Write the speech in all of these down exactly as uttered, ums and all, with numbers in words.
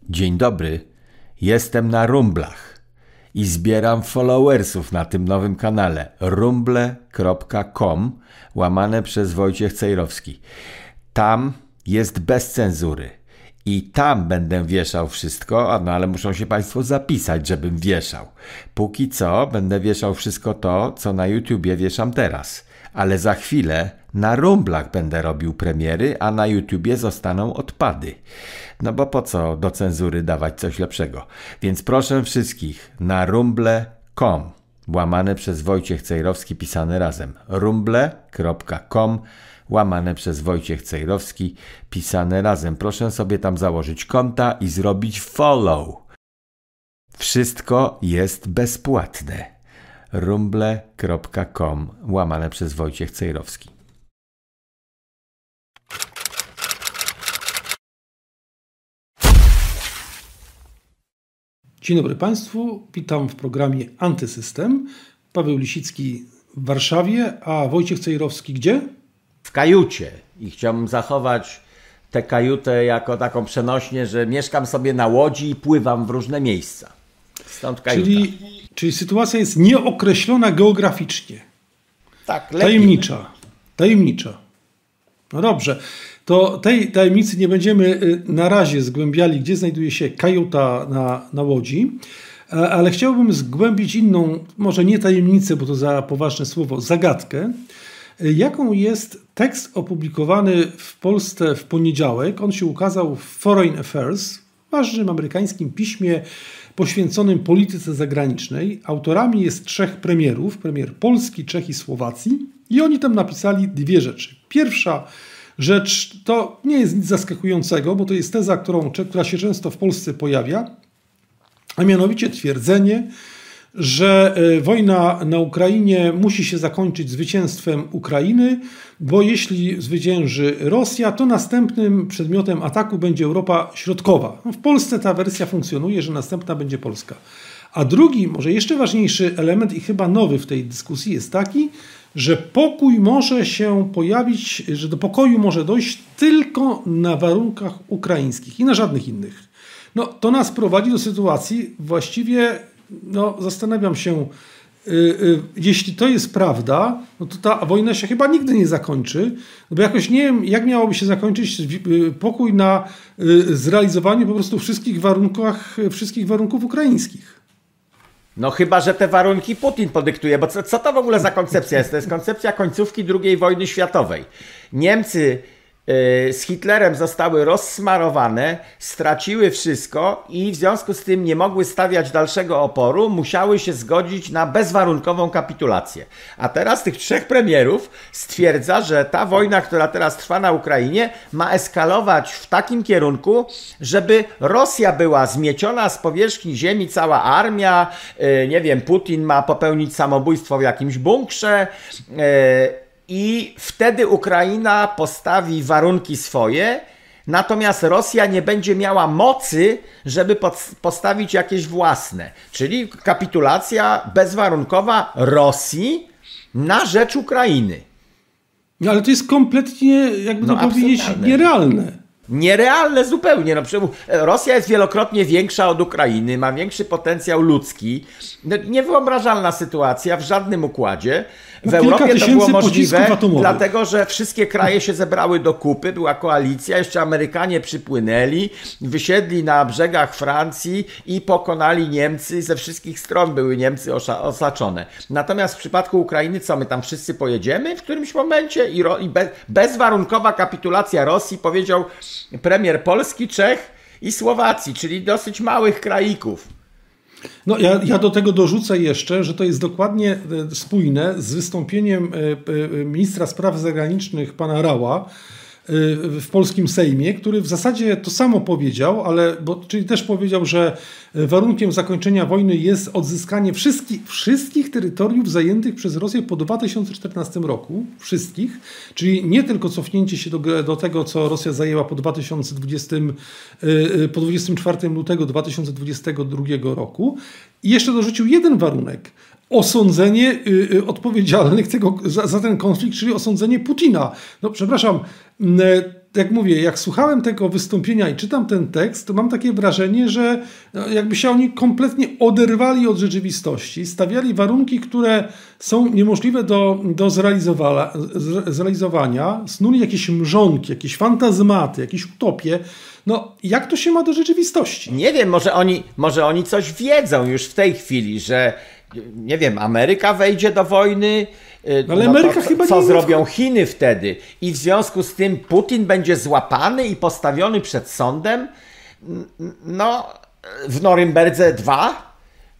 Dzień dobry, jestem na Rumblach i zbieram followersów na tym nowym kanale rumble kropka com łamane przez Wojciech Cejrowski. Tam jest bez cenzury i tam będę wieszał wszystko, no ale muszą się Państwo zapisać, żebym wieszał. Póki co będę wieszał wszystko to, co na YouTubie wieszam teraz, ale za chwilę na Rumblach będę robił premiery, a na YouTubie zostaną odpady. No bo po co do cenzury dawać coś lepszego? Więc proszę wszystkich na rumble kropka com łamane przez Wojciech Cejrowski pisane razem. rumble kropka com łamane przez Wojciech Cejrowski pisane razem. Proszę sobie tam założyć konta i zrobić follow. Wszystko jest bezpłatne. rumble kropka com łamane przez Wojciech Cejrowski. Dzień dobry Państwu, witam w programie Antysystem. Paweł Lisicki w Warszawie, a Wojciech Cejrowski gdzie? W kajucie i chciałbym zachować tę kajutę jako taką przenośnię, że mieszkam sobie na łodzi i pływam w różne miejsca. Stąd kajuta. Czyli, czyli sytuacja jest nieokreślona geograficznie. Tak, lepiej. Tajemnicza. Tajemnicza. No dobrze. To tej tajemnicy nie będziemy na razie zgłębiali, gdzie znajduje się kajuta na, na łodzi, ale chciałbym zgłębić inną, może nie tajemnicę, bo to za poważne słowo, zagadkę, jaką jest tekst opublikowany w Polsce w poniedziałek. On się ukazał w Foreign Affairs, ważnym amerykańskim piśmie poświęconym polityce zagranicznej. Autorami jest trzech premierów, premier Polski, Czech i Słowacji, i oni tam napisali dwie rzeczy. Pierwsza rzecz to nie jest nic zaskakującego, bo to jest teza, którą, która się często w Polsce pojawia, a mianowicie twierdzenie, że wojna na Ukrainie musi się zakończyć zwycięstwem Ukrainy, bo jeśli zwycięży Rosja, to następnym przedmiotem ataku będzie Europa Środkowa. W Polsce ta wersja funkcjonuje, że następna będzie Polska. A drugi, może jeszcze ważniejszy element i chyba nowy w tej dyskusji jest taki, że pokój może się pojawić, że do pokoju może dojść tylko na warunkach ukraińskich i na żadnych innych. No, to nas prowadzi do sytuacji właściwie, no, zastanawiam się, yy, yy, jeśli to jest prawda, no to ta wojna się chyba nigdy nie zakończy, no bo jakoś nie wiem, jak miałoby się zakończyć yy, pokój na yy, zrealizowanie po prostu wszystkich warunkach, wszystkich warunków ukraińskich. No chyba, że te warunki Putin podyktuje, bo co, co to w ogóle za koncepcja jest? To jest koncepcja końcówki drugiej wojny światowej. Niemcy yy, z Hitlerem zostały rozsmarowane, straciły wszystko i w związku z tym nie mogły stawiać dalszego oporu, musiały się zgodzić na bezwarunkową kapitulację. A teraz tych trzech premierów stwierdza, że ta wojna, która teraz trwa na Ukrainie, ma eskalować w takim kierunku, żeby Rosja była zmieciona z powierzchni ziemi, cała armia, yy, nie wiem, Putin ma popełnić samobójstwo w jakimś bunkrze, yy, i wtedy Ukraina postawi warunki swoje, natomiast Rosja nie będzie miała mocy, żeby pod, postawić jakieś własne. Czyli kapitulacja bezwarunkowa Rosji na rzecz Ukrainy. No ale to jest kompletnie, jakby to no, powiedzieć, nierealne. Nierealne zupełnie. No, Rosja jest wielokrotnie większa od Ukrainy, ma większy potencjał ludzki. No, niewyobrażalna sytuacja w żadnym układzie. W no, Europie to było możliwe, dlatego że wszystkie kraje się zebrały do kupy, była koalicja, jeszcze Amerykanie przypłynęli, wysiedli na brzegach Francji i pokonali Niemcy, ze wszystkich stron były Niemcy osaczone. Natomiast w przypadku Ukrainy, co my tam wszyscy pojedziemy w którymś momencie i, ro, i bez, bezwarunkowa kapitulacja Rosji, powiedział premier Polski, Czech i Słowacji, czyli dosyć małych kraików. No ja, ja do tego dorzucę jeszcze, że to jest dokładnie spójne z wystąpieniem ministra spraw zagranicznych pana Rała w polskim Sejmie, który w zasadzie to samo powiedział, ale bo, czyli też powiedział, że warunkiem zakończenia wojny jest odzyskanie wszystkich, wszystkich terytoriów zajętych przez Rosję po dwa tysiące czternastym roku. Wszystkich. Czyli nie tylko cofnięcie się do, do tego, co Rosja zajęła po dwa tysiące dwudziestym, po dwudziestego czwartego lutego dwa tysiące dwudziestego drugiego roku. I jeszcze dorzucił jeden warunek. Osądzenie y, odpowiedzialnych tego, za, za ten konflikt, czyli osądzenie Putina. No przepraszam, y, jak mówię, jak słuchałem tego wystąpienia i czytam ten tekst, to mam takie wrażenie, że jakby się oni kompletnie oderwali od rzeczywistości, stawiali warunki, które są niemożliwe do, do zrealizowania, zrealizowania, snuli jakieś mrzonki, jakieś fantazmaty, jakieś utopie. No, jak to się ma do rzeczywistości? Nie wiem, może oni, może oni coś wiedzą już w tej chwili, że nie wiem, Ameryka wejdzie do wojny, no, ale no Ameryka to, chyba co nie zrobią Chiny wtedy i w związku z tym Putin będzie złapany i postawiony przed sądem, no w Norymberdze dwa.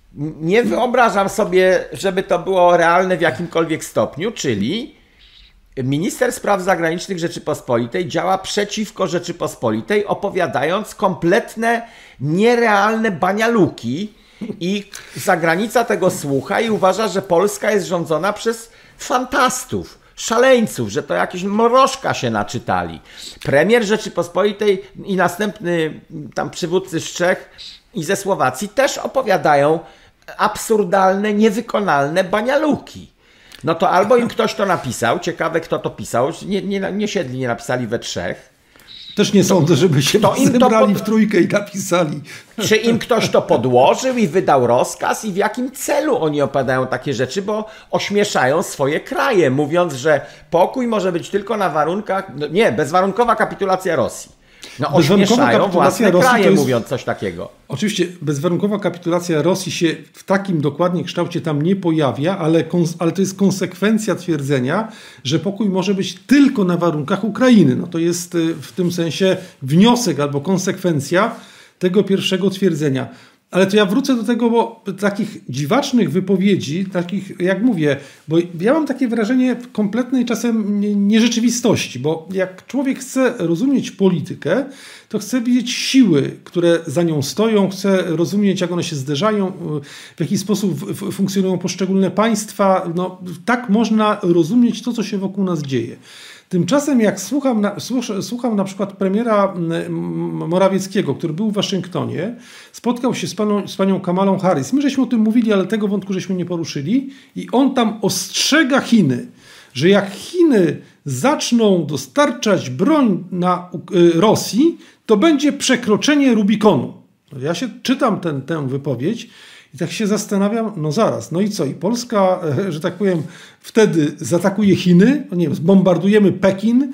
Nie wyobrażam sobie, żeby to było realne w jakimkolwiek stopniu, czyli minister spraw zagranicznych Rzeczypospolitej działa przeciwko Rzeczypospolitej, opowiadając kompletne, nierealne banialuki i zagranica tego słucha i uważa, że Polska jest rządzona przez fantastów, szaleńców, że to jakieś mrożka się naczytali. Premier Rzeczypospolitej i następny tam przywódcy z Czech i ze Słowacji też opowiadają absurdalne, niewykonalne banialuki. No to albo im ktoś to napisał, ciekawe kto to pisał, nie, nie, nie siedli, nie napisali we trzech. Też nie sądzę, żeby się to im zebrali pod... w trójkę i napisali. Czy im ktoś to podłożył i wydał rozkaz i w jakim celu oni opowiadają takie rzeczy, bo ośmieszają swoje kraje, mówiąc, że pokój może być tylko na warunkach, no nie, bezwarunkowa kapitulacja Rosji. No ośmieszają własne Rosji kraje, jest, mówiąc coś takiego. Oczywiście bezwarunkowa kapitulacja Rosji się w takim dokładnie kształcie tam nie pojawia, ale, ale to jest konsekwencja twierdzenia, że pokój może być tylko na warunkach Ukrainy. No to jest w tym sensie wniosek albo konsekwencja tego pierwszego twierdzenia. Ale to ja wrócę do tego, bo takich dziwacznych wypowiedzi, takich, jak mówię, bo ja mam takie wrażenie kompletnej czasem nierzeczywistości, bo jak człowiek chce rozumieć politykę, to chce widzieć siły, które za nią stoją, chce rozumieć, jak one się zderzają, w jaki sposób funkcjonują poszczególne państwa. No, tak można rozumieć to, co się wokół nas dzieje. Tymczasem jak słucham na, słucham na przykład premiera Morawieckiego, który był w Waszyngtonie, spotkał się z, paną, z panią Kamalą Harris. My żeśmy o tym mówili, ale tego wątku żeśmy nie poruszyli. I on tam ostrzega Chiny, że jak Chiny zaczną dostarczać broń na Rosji, to będzie przekroczenie Rubikonu. Ja się czytam ten, tę wypowiedź i tak się zastanawiam, no zaraz, no i co? I Polska, że tak powiem, wtedy zaatakuje Chiny, nie wiem, zbombardujemy Pekin,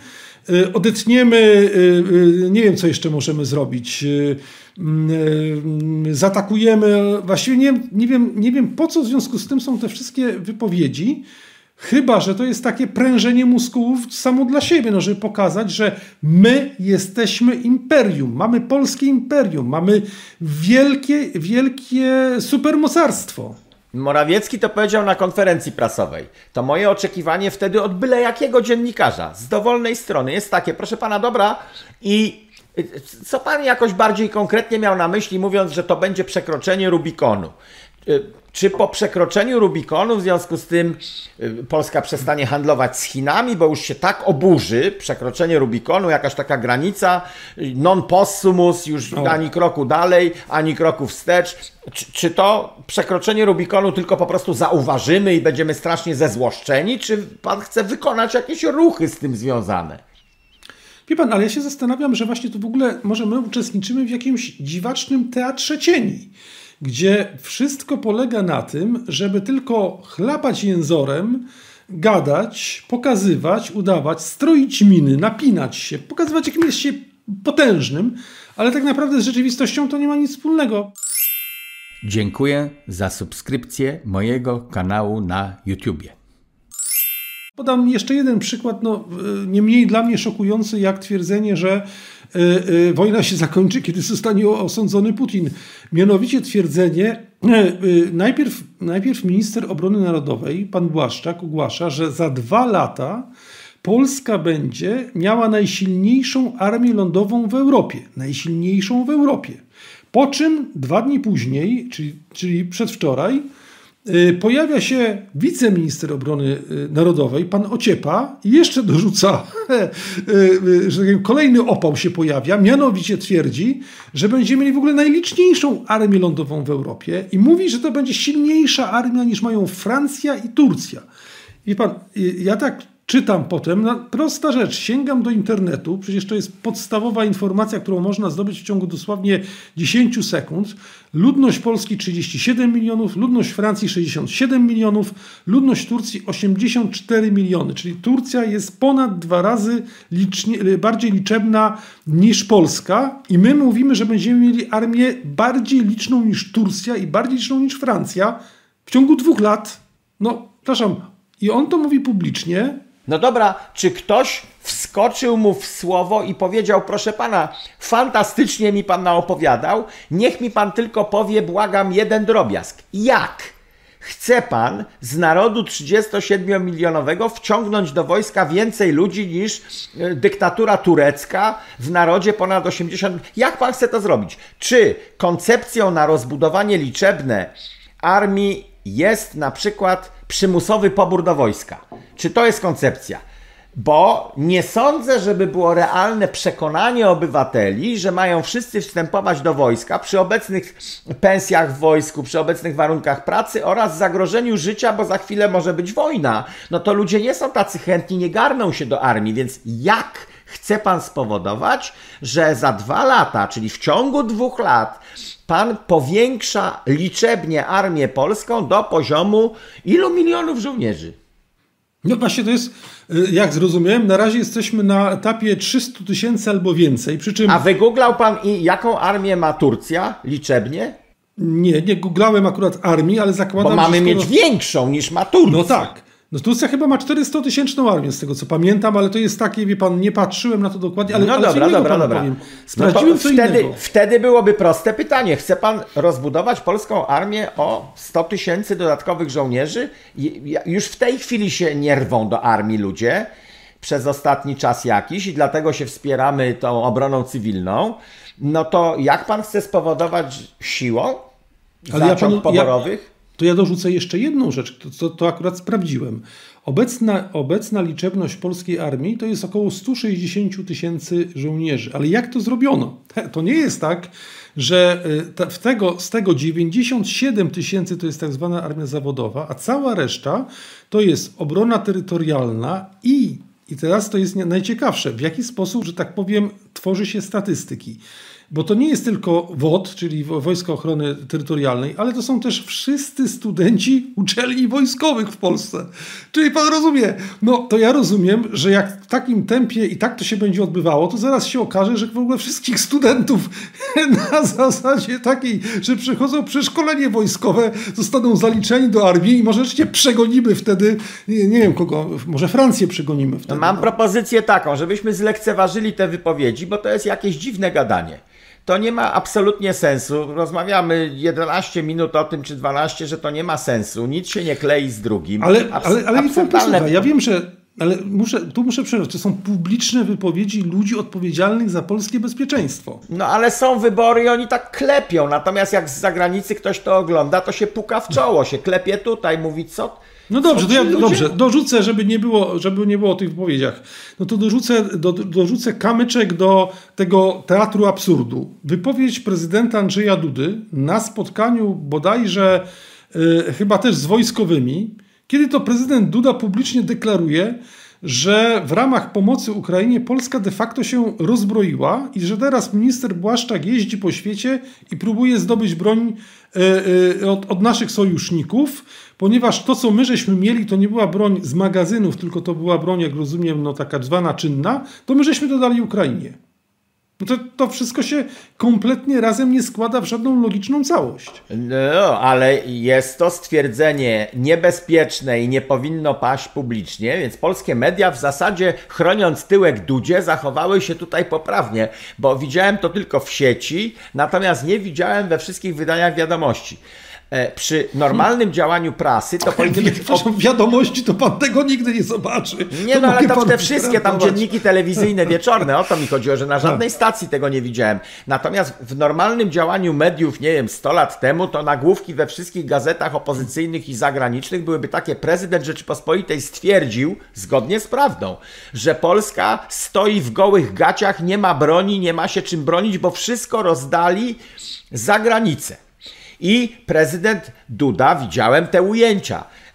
odetniemy, nie wiem, co jeszcze możemy zrobić, zaatakujemy, właściwie nie, nie, wiem, nie wiem, po co w związku z tym są te wszystkie wypowiedzi, chyba że to jest takie prężenie mózgów samo dla siebie, no, żeby pokazać, że my jesteśmy imperium, mamy polskie imperium, mamy wielkie, wielkie supermocarstwo. Morawiecki to powiedział na konferencji prasowej. To moje oczekiwanie wtedy od byle jakiego dziennikarza z dowolnej strony jest takie, proszę pana, dobra, i co pan jakoś bardziej konkretnie miał na myśli, mówiąc, że to będzie przekroczenie Rubikonu? Czy po przekroczeniu Rubikonu w związku z tym Polska przestanie handlować z Chinami, bo już się tak oburzy, przekroczenie Rubikonu, jakaś taka granica, non possumus, już o. ani kroku dalej, ani kroku wstecz. Czy, czy to przekroczenie Rubikonu tylko po prostu zauważymy i będziemy strasznie zezłoszczeni, czy pan chce wykonać jakieś ruchy z tym związane? Wie pan, ale ja się zastanawiam, że właśnie tu w ogóle może my uczestniczymy w jakimś dziwacznym teatrze cieni, gdzie wszystko polega na tym, żeby tylko chlapać jęzorem, gadać, pokazywać, udawać, stroić miny, napinać się, pokazywać, jakim jest się potężnym, ale tak naprawdę z rzeczywistością to nie ma nic wspólnego. Dziękuję za subskrypcję mojego kanału na YouTubie. Podam jeszcze jeden przykład, no, nie mniej dla mnie szokujący, jak twierdzenie, że y, y, wojna się zakończy, kiedy zostanie osądzony Putin. Mianowicie twierdzenie, y, y, najpierw, najpierw minister obrony narodowej, pan Błaszczak, ogłasza, że za dwa lata Polska będzie miała najsilniejszą armię lądową w Europie. Najsilniejszą w Europie. Po czym dwa dni później, czyli, czyli przedwczoraj, pojawia się wiceminister obrony narodowej, pan Ociepa, i jeszcze dorzuca, że kolejny opał się pojawia, mianowicie twierdzi, że będziemy mieli w ogóle najliczniejszą armię lądową w Europie i mówi, że to będzie silniejsza armia niż mają Francja i Turcja. I pan, ja tak Czytam potem, na, prosta rzecz, sięgam do internetu, przecież to jest podstawowa informacja, którą można zdobyć w ciągu dosłownie dziesięć sekund. Ludność Polski trzydzieści siedem milionów, ludność Francji sześćdziesiąt siedem milionów, ludność Turcji osiemdziesiąt cztery miliony, czyli Turcja jest ponad dwa razy licznie, bardziej liczebna niż Polska i my mówimy, że będziemy mieli armię bardziej liczną niż Turcja i bardziej liczną niż Francja w ciągu dwóch lat. No, przepraszam, i on to mówi publicznie. No dobra, czy ktoś wskoczył mu w słowo i powiedział, proszę pana, fantastycznie mi pan naopowiadał, niech mi pan tylko powie, błagam, jeden drobiazg. Jak chce pan z narodu trzydziestosiedmiomilionowego wciągnąć do wojska więcej ludzi niż dyktatura turecka w narodzie ponad osiemdziesiąt? Jak pan chce to zrobić? Czy koncepcją na rozbudowanie liczebne armii jest na przykład przymusowy pobór do wojska? Czy to jest koncepcja? Bo nie sądzę, żeby było realne przekonanie obywateli, że mają wszyscy wstępować do wojska przy obecnych pensjach w wojsku, przy obecnych warunkach pracy oraz zagrożeniu życia, bo za chwilę może być wojna. No to ludzie nie są tacy chętni, nie garną się do armii, więc jak chce pan spowodować, że za dwa lata, czyli w ciągu dwóch lat, pan powiększa liczebnie armię polską do poziomu ilu milionów żołnierzy? No właśnie to jest, jak zrozumiałem, na razie jesteśmy na etapie trzysta tysięcy albo więcej, przy czym... A wygooglał pan, i jaką armię ma Turcja liczebnie? Nie, nie googlałem akurat armii, ale zakładam, Bo mamy że skoro... mieć większą niż ma Turcja. No tak. No Turcja chyba ma czterystotysięczną armię, z tego co pamiętam, ale to jest takie, wie pan, nie patrzyłem na to dokładnie, ale, no ale dobra, co dobra, dobra. Powiem. Sprawdziłem no co wtedy, innego. Wtedy byłoby proste pytanie. Chce pan rozbudować polską armię o sto tysięcy dodatkowych żołnierzy? Już w tej chwili się nie rwą do armii ludzie przez ostatni czas jakiś i dlatego się wspieramy tą obroną cywilną. No to jak pan chce spowodować siłą ale ja panu, poborowych? Ja... To ja dorzucę jeszcze jedną rzecz, to, to, to akurat sprawdziłem. Obecna, obecna liczebność polskiej armii to jest około sto sześćdziesiąt tysięcy żołnierzy. Ale jak to zrobiono? To nie jest tak, że w tego, z tego dziewięćdziesiąt siedem tysięcy to jest tak zwana armia zawodowa, a cała reszta to jest obrona terytorialna i, i teraz to jest najciekawsze, w jaki sposób, że tak powiem, tworzy się statystyki. Bo to nie jest tylko W O T, czyli Wojska Ochrony Terytorialnej, ale to są też wszyscy studenci uczelni wojskowych w Polsce. Czyli pan rozumie, no to ja rozumiem, że jak w takim tempie i tak to się będzie odbywało, to zaraz się okaże, że w ogóle wszystkich studentów na zasadzie takiej, że przychodzą przeszkolenie wojskowe, zostaną zaliczeni do armii i może rzeczywiście przegonimy wtedy, nie, nie wiem kogo, może Francję przegonimy wtedy. No mam no. propozycję taką, żebyśmy zlekceważyli te wypowiedzi, bo to jest jakieś dziwne gadanie. To nie ma absolutnie sensu. Rozmawiamy jedenaście minut o tym, czy dwanaście, że to nie ma sensu. Nic się nie klei z drugim. Ale, Abs- ale, ale absurdalne... ja wiem, że ale muszę, tu muszę przerwać. To są publiczne wypowiedzi ludzi odpowiedzialnych za polskie bezpieczeństwo. No ale są wybory i oni tak klepią. Natomiast jak z zagranicy ktoś to ogląda, to się puka w czoło, się klepie tutaj, mówi co... No dobrze, to ja ludzie? dobrze, dorzucę, żeby nie było, żeby nie było o tych wypowiedziach. No to dorzucę, do, dorzucę kamyczek do tego teatru absurdu. Wypowiedź prezydenta Andrzeja Dudy na spotkaniu bodajże y, chyba też z wojskowymi, kiedy to prezydent Duda publicznie deklaruje, że w ramach pomocy Ukrainie Polska de facto się rozbroiła i że teraz minister Błaszczak jeździ po świecie i próbuje zdobyć broń y, y, od, od naszych sojuszników, ponieważ to, co my żeśmy mieli, to nie była broń z magazynów, tylko to była broń, jak rozumiem, no taka zwana czynna, to my żeśmy dodali Ukrainie. No to, to wszystko się kompletnie razem nie składa w żadną logiczną całość. No, ale jest to stwierdzenie niebezpieczne i nie powinno paść publicznie, więc polskie media w zasadzie, chroniąc tyłek Dudzie, zachowały się tutaj poprawnie, bo widziałem to tylko w sieci, natomiast nie widziałem we wszystkich wydaniach wiadomości. Przy normalnym działaniu prasy to powinny być... Przepraszam, wiadomości to pan tego nigdy nie zobaczy. Nie, to no ale to pan te wszystkie tam dzienniki telewizyjne wieczorne, o to mi chodziło, że na żadnej A. stacji tego nie widziałem. Natomiast w normalnym działaniu mediów, nie wiem, sto lat temu, to nagłówki we wszystkich gazetach opozycyjnych i zagranicznych byłyby takie: prezydent Rzeczypospolitej stwierdził, zgodnie z prawdą, że Polska stoi w gołych gaciach, nie ma broni, nie ma się czym bronić, bo wszystko rozdali za granicę. I prezydent Duda, widziałem te ujęcia,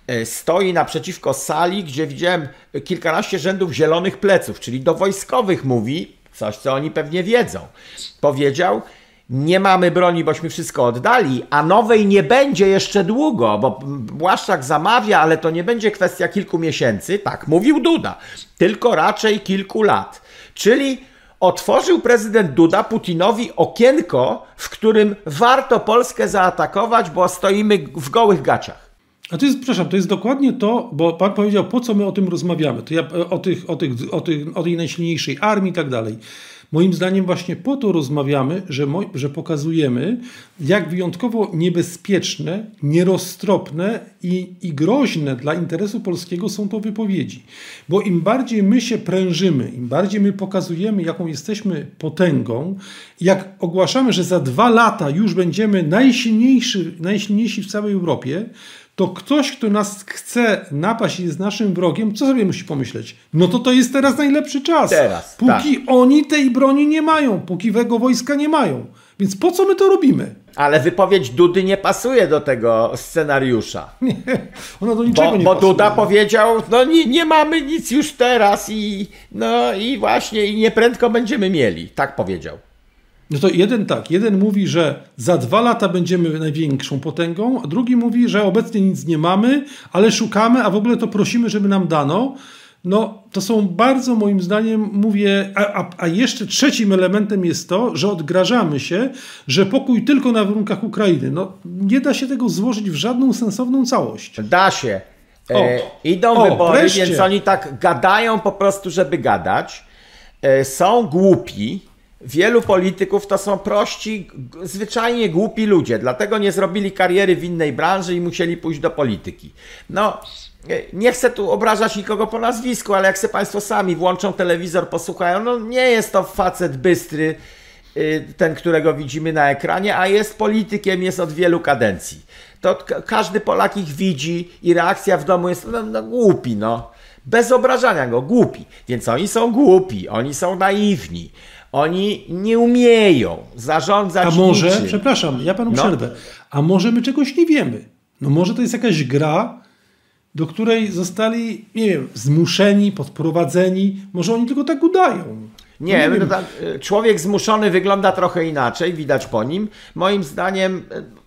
stoi naprzeciwko sali, gdzie widziałem kilkanaście rzędów zielonych pleców, czyli do wojskowych mówi coś, co oni pewnie wiedzą. Powiedział: nie mamy broni, bośmy wszystko oddali, a nowej nie będzie jeszcze długo, bo Błaszczak zamawia, ale to nie będzie kwestia kilku miesięcy, tak mówił Duda, tylko raczej kilku lat. Czyli otworzył prezydent Duda Putinowi okienko, w którym warto Polskę zaatakować, bo stoimy w gołych gaciach. A to jest, przepraszam, to jest dokładnie to, bo pan powiedział, po co my o tym rozmawiamy, to ja o, tych, o, tych, o, tych, o tej najsilniejszej armii i tak dalej. Moim zdaniem właśnie po to rozmawiamy, że, mo, że pokazujemy, jak wyjątkowo niebezpieczne, nieroztropne i, i groźne dla interesu polskiego są to wypowiedzi. Bo im bardziej my się prężymy, im bardziej my pokazujemy, jaką jesteśmy potęgą, jak ogłaszamy, że za dwa lata już będziemy najsilniejsi, najsilniejsi w całej Europie, to ktoś, kto nas chce napaść i jest naszym wrogiem, co sobie musi pomyśleć? No to to jest teraz najlepszy czas. Teraz, póki tak. Oni tej broni nie mają, póki tego wojska nie mają. Więc po co my to robimy? Ale wypowiedź Dudy nie pasuje do tego scenariusza. Nie, ona do niczego bo, nie bo pasuje. Duda powiedział, no nie, nie mamy nic już teraz i no i właśnie i nieprędko będziemy mieli. Tak powiedział. No to jeden tak, jeden mówi, że za dwa lata będziemy największą potęgą, a drugi mówi, że obecnie nic nie mamy, ale szukamy, a w ogóle to prosimy, żeby nam dano. No to są bardzo, moim zdaniem, mówię, a, a, a jeszcze trzecim elementem jest to, że odgrażamy się, że pokój tylko na warunkach Ukrainy. No nie da się tego złożyć w żadną sensowną całość. Da się. E, O, idą o, wybory, wreszcie. więc oni tak gadają po prostu, żeby gadać. E, są głupi. Wielu polityków to są prości, g- zwyczajnie głupi ludzie, dlatego nie zrobili kariery w innej branży i musieli pójść do polityki. No, e, nie chcę tu obrażać nikogo po nazwisku, ale jak sobie Państwo sami włączą telewizor, posłuchają, no nie jest to facet bystry, y, ten, którego widzimy na ekranie, a jest politykiem, jest od wielu kadencji. To k- każdy Polak ich widzi i reakcja w domu jest, no, no głupi, no. Bez obrażania go, głupi. Więc oni są głupi, oni są naiwni. Oni nie umieją zarządzać A może, niczym. przepraszam, ja panu No. przerwę, a może my czegoś nie wiemy? No może to jest jakaś gra, do której zostali, nie wiem, zmuszeni, podprowadzeni, może oni tylko tak udają. Nie, no nie no wiem. tak, y, człowiek zmuszony wygląda trochę inaczej, widać po nim. Moim zdaniem,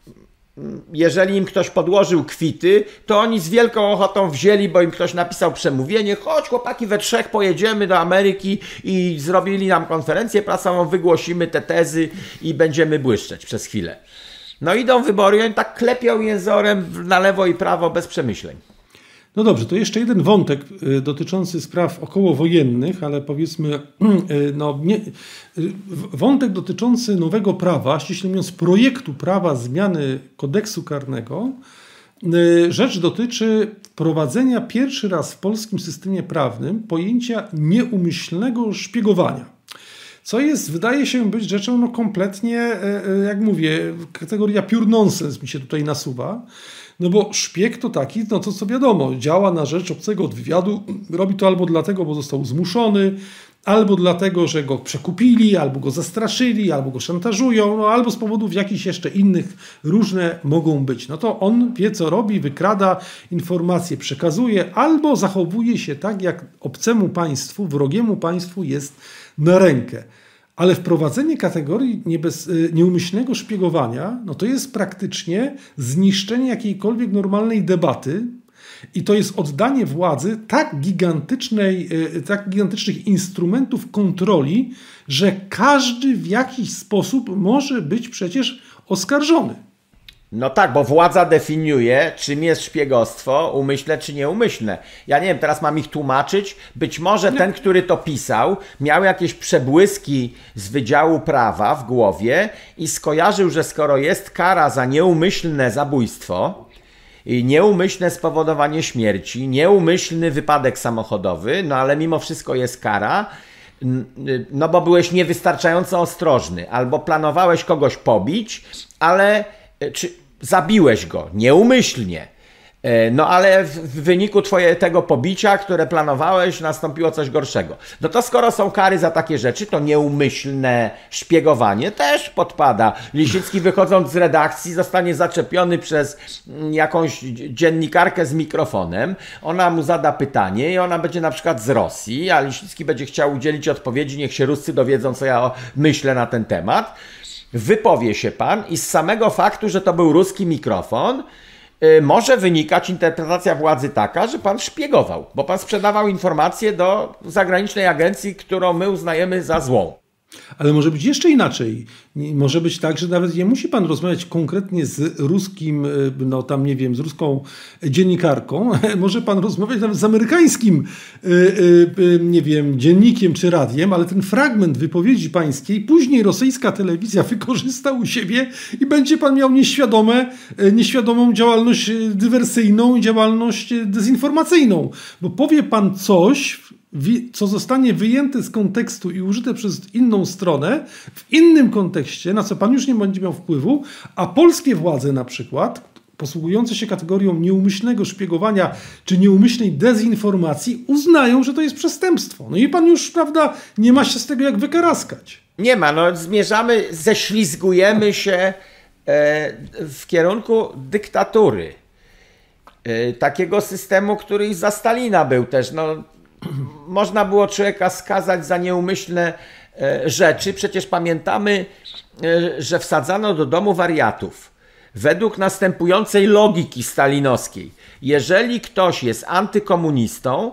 y, y, jeżeli im ktoś podłożył kwity, to oni z wielką ochotą wzięli, bo im ktoś napisał przemówienie, chodź chłopaki, we trzech pojedziemy do Ameryki i zrobili nam konferencję prasową, wygłosimy te tezy i będziemy błyszczeć przez chwilę. No idą wybory i oni tak klepią jęzorem na lewo i prawo bez przemyśleń. No dobrze, to jeszcze jeden wątek y, dotyczący spraw okołowojennych, ale powiedzmy, y, no, nie, y, wątek dotyczący nowego prawa, ściśle mówiąc projektu prawa zmiany kodeksu karnego. Y, rzecz dotyczy wprowadzenia pierwszy raz w polskim systemie prawnym pojęcia nieumyślnego szpiegowania. Co jest, wydaje się być rzeczą no, kompletnie, y, jak mówię, kategoria pure nonsense mi się tutaj nasuwa. No bo szpieg to taki, no to co wiadomo, działa na rzecz obcego od wywiadu, robi to albo dlatego, bo został zmuszony, albo dlatego, że go przekupili, albo go zastraszyli, albo go szantażują, no albo z powodów jakichś jeszcze innych różne mogą być. No to on wie, co robi, wykrada informacje, przekazuje, albo zachowuje się tak, jak obcemu państwu, wrogiemu państwu jest na rękę. Ale wprowadzenie kategorii niebez, nieumyślnego szpiegowania, no to jest praktycznie zniszczenie jakiejkolwiek normalnej debaty i to jest oddanie władzy tak gigantycznej, tak gigantycznych instrumentów kontroli, że każdy w jakiś sposób może być przecież oskarżony. No tak, bo władza definiuje, czym jest szpiegostwo, umyślne czy nieumyślne. Ja nie wiem, teraz mam ich tłumaczyć. Być może ten, który to pisał, miał jakieś przebłyski z Wydziału Prawa w głowie i skojarzył, że skoro jest kara za nieumyślne zabójstwo, i nieumyślne spowodowanie śmierci, nieumyślny wypadek samochodowy, no ale mimo wszystko jest kara, no bo byłeś niewystarczająco ostrożny, albo planowałeś kogoś pobić, ale czy zabiłeś go nieumyślnie, No ale w wyniku twoje, tego pobicia, które planowałeś, nastąpiło coś gorszego. No to skoro są kary za takie rzeczy, to nieumyślne szpiegowanie też podpada. Lisicki, wychodząc z redakcji, zostanie zaczepiony przez jakąś dziennikarkę z mikrofonem. Ona mu zada pytanie i ona będzie na przykład z Rosji, a Lisicki będzie chciał udzielić odpowiedzi, niech się Ruscy dowiedzą, co ja myślę na ten temat. Wypowie się pan i z samego faktu, że to był ruski mikrofon, może wynikać interpretacja władzy taka, że pan szpiegował, bo pan sprzedawał informacje do zagranicznej agencji, którą my uznajemy za złą. Ale może być jeszcze inaczej. Może być tak, że nawet nie musi pan rozmawiać konkretnie z ruskim, no tam nie wiem, z ruską dziennikarką. Może pan rozmawiać nawet z amerykańskim, nie wiem, dziennikiem czy radiem, ale ten fragment wypowiedzi pańskiej później rosyjska telewizja wykorzysta u siebie i będzie pan miał nieświadome, nieświadomą działalność dywersyjną i działalność dezinformacyjną. Bo powie pan coś, co zostanie wyjęte z kontekstu i użyte przez inną stronę, w innym kontekście, na co pan już nie będzie miał wpływu, a polskie władze na przykład, posługujące się kategorią nieumyślnego szpiegowania czy nieumyślnej dezinformacji, uznają, że to jest przestępstwo. No i pan już, prawda, nie ma się z tego jak wykaraskać. Nie ma, no zmierzamy, ześlizgujemy się e, w kierunku dyktatury. E, takiego systemu, który za Stalina był też, no. Można było człowieka skazać za nieumyślne rzeczy. Przecież pamiętamy, że wsadzano do domu wariatów. Według następującej logiki stalinowskiej. Jeżeli ktoś jest antykomunistą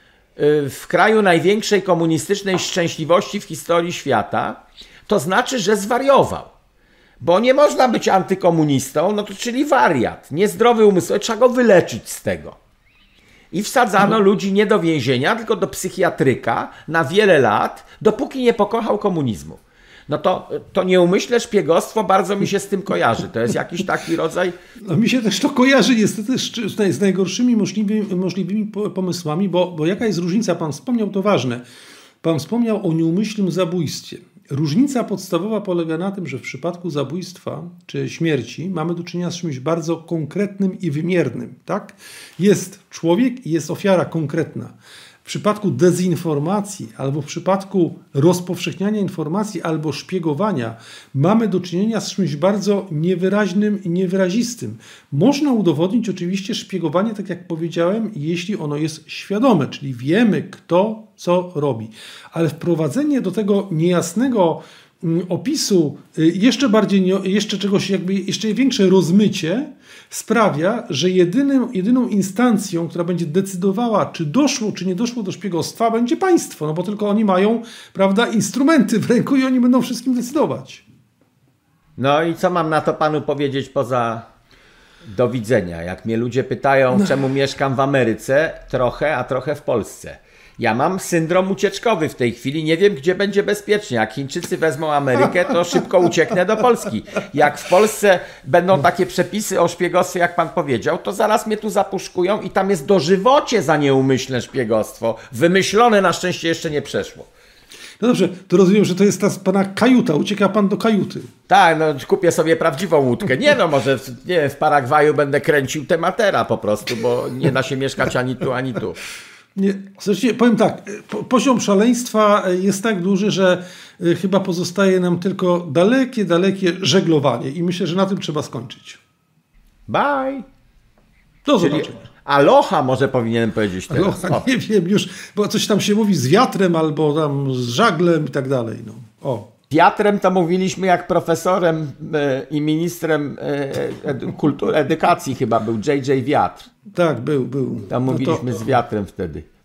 w kraju największej komunistycznej szczęśliwości w historii świata, to znaczy, że zwariował. Bo nie można być antykomunistą, no to czyli wariat, niezdrowy umysł, trzeba go wyleczyć z tego. I wsadzano ludzi nie do więzienia, tylko do psychiatryka na wiele lat, dopóki nie pokochał komunizmu. No to, to nieumyślne szpiegostwo bardzo mi się z tym kojarzy. To jest jakiś taki rodzaj... No mi się też to kojarzy niestety z, z najgorszymi możliwymi, możliwymi pomysłami, bo, bo jaka jest różnica? Pan wspomniał, to ważne. Pan wspomniał o nieumyślnym zabójstwie. Różnica podstawowa polega na tym, że w przypadku zabójstwa czy śmierci mamy do czynienia z czymś bardzo konkretnym i wymiernym. Tak? Jest człowiek i jest ofiara konkretna. W przypadku dezinformacji albo w przypadku rozpowszechniania informacji albo szpiegowania mamy do czynienia z czymś bardzo niewyraźnym i niewyrazistym. Można udowodnić oczywiście szpiegowanie, tak jak powiedziałem, jeśli ono jest świadome, czyli wiemy, kto co robi. Ale wprowadzenie do tego niejasnego opisu jeszcze bardziej, jeszcze czegoś, jakby jeszcze większe rozmycie sprawia, że jedynym, jedyną instancją, która będzie decydowała, czy doszło, czy nie doszło do szpiegostwa, będzie państwo, no bo tylko oni mają, prawda, instrumenty w ręku i oni będą wszystkim decydować. No i co mam na to panu powiedzieć poza do widzenia? Jak mnie ludzie pytają, no. czemu mieszkam w Ameryce, trochę, a trochę w Polsce. Ja mam syndrom ucieczkowy w tej chwili, nie wiem, gdzie będzie bezpiecznie. Jak Chińczycy wezmą Amerykę, to szybko ucieknę do Polski. Jak w Polsce będą takie przepisy o szpiegostwie, jak pan powiedział, to zaraz mnie tu zapuszkują i tam jest dożywocie za nieumyślne szpiegostwo. Wymyślone na szczęście jeszcze nie przeszło. No dobrze, to rozumiem, że to jest ta pana kajuta, ucieka pan do kajuty. Tak, no kupię sobie prawdziwą łódkę. Nie no, może nie wiem, w Paragwaju będę kręcił tematera po prostu, bo nie da się mieszkać ani tu, ani tu. Nie, zresztą powiem tak, poziom szaleństwa jest tak duży, że chyba pozostaje nam tylko dalekie, dalekie żeglowanie i myślę, że na tym trzeba skończyć. Bye! Do Czyli zobaczenia. Aloha może powinienem powiedzieć teraz. Aloha, nie wiem już, bo coś tam się mówi z wiatrem albo tam z żaglem i tak dalej. No. O. Wiatrem to mówiliśmy jak profesorem e, i ministrem e, kultury, edukacji chyba był J J Wiatr. Tak, był, był. Tam mówiliśmy no to... z wiatrem wtedy.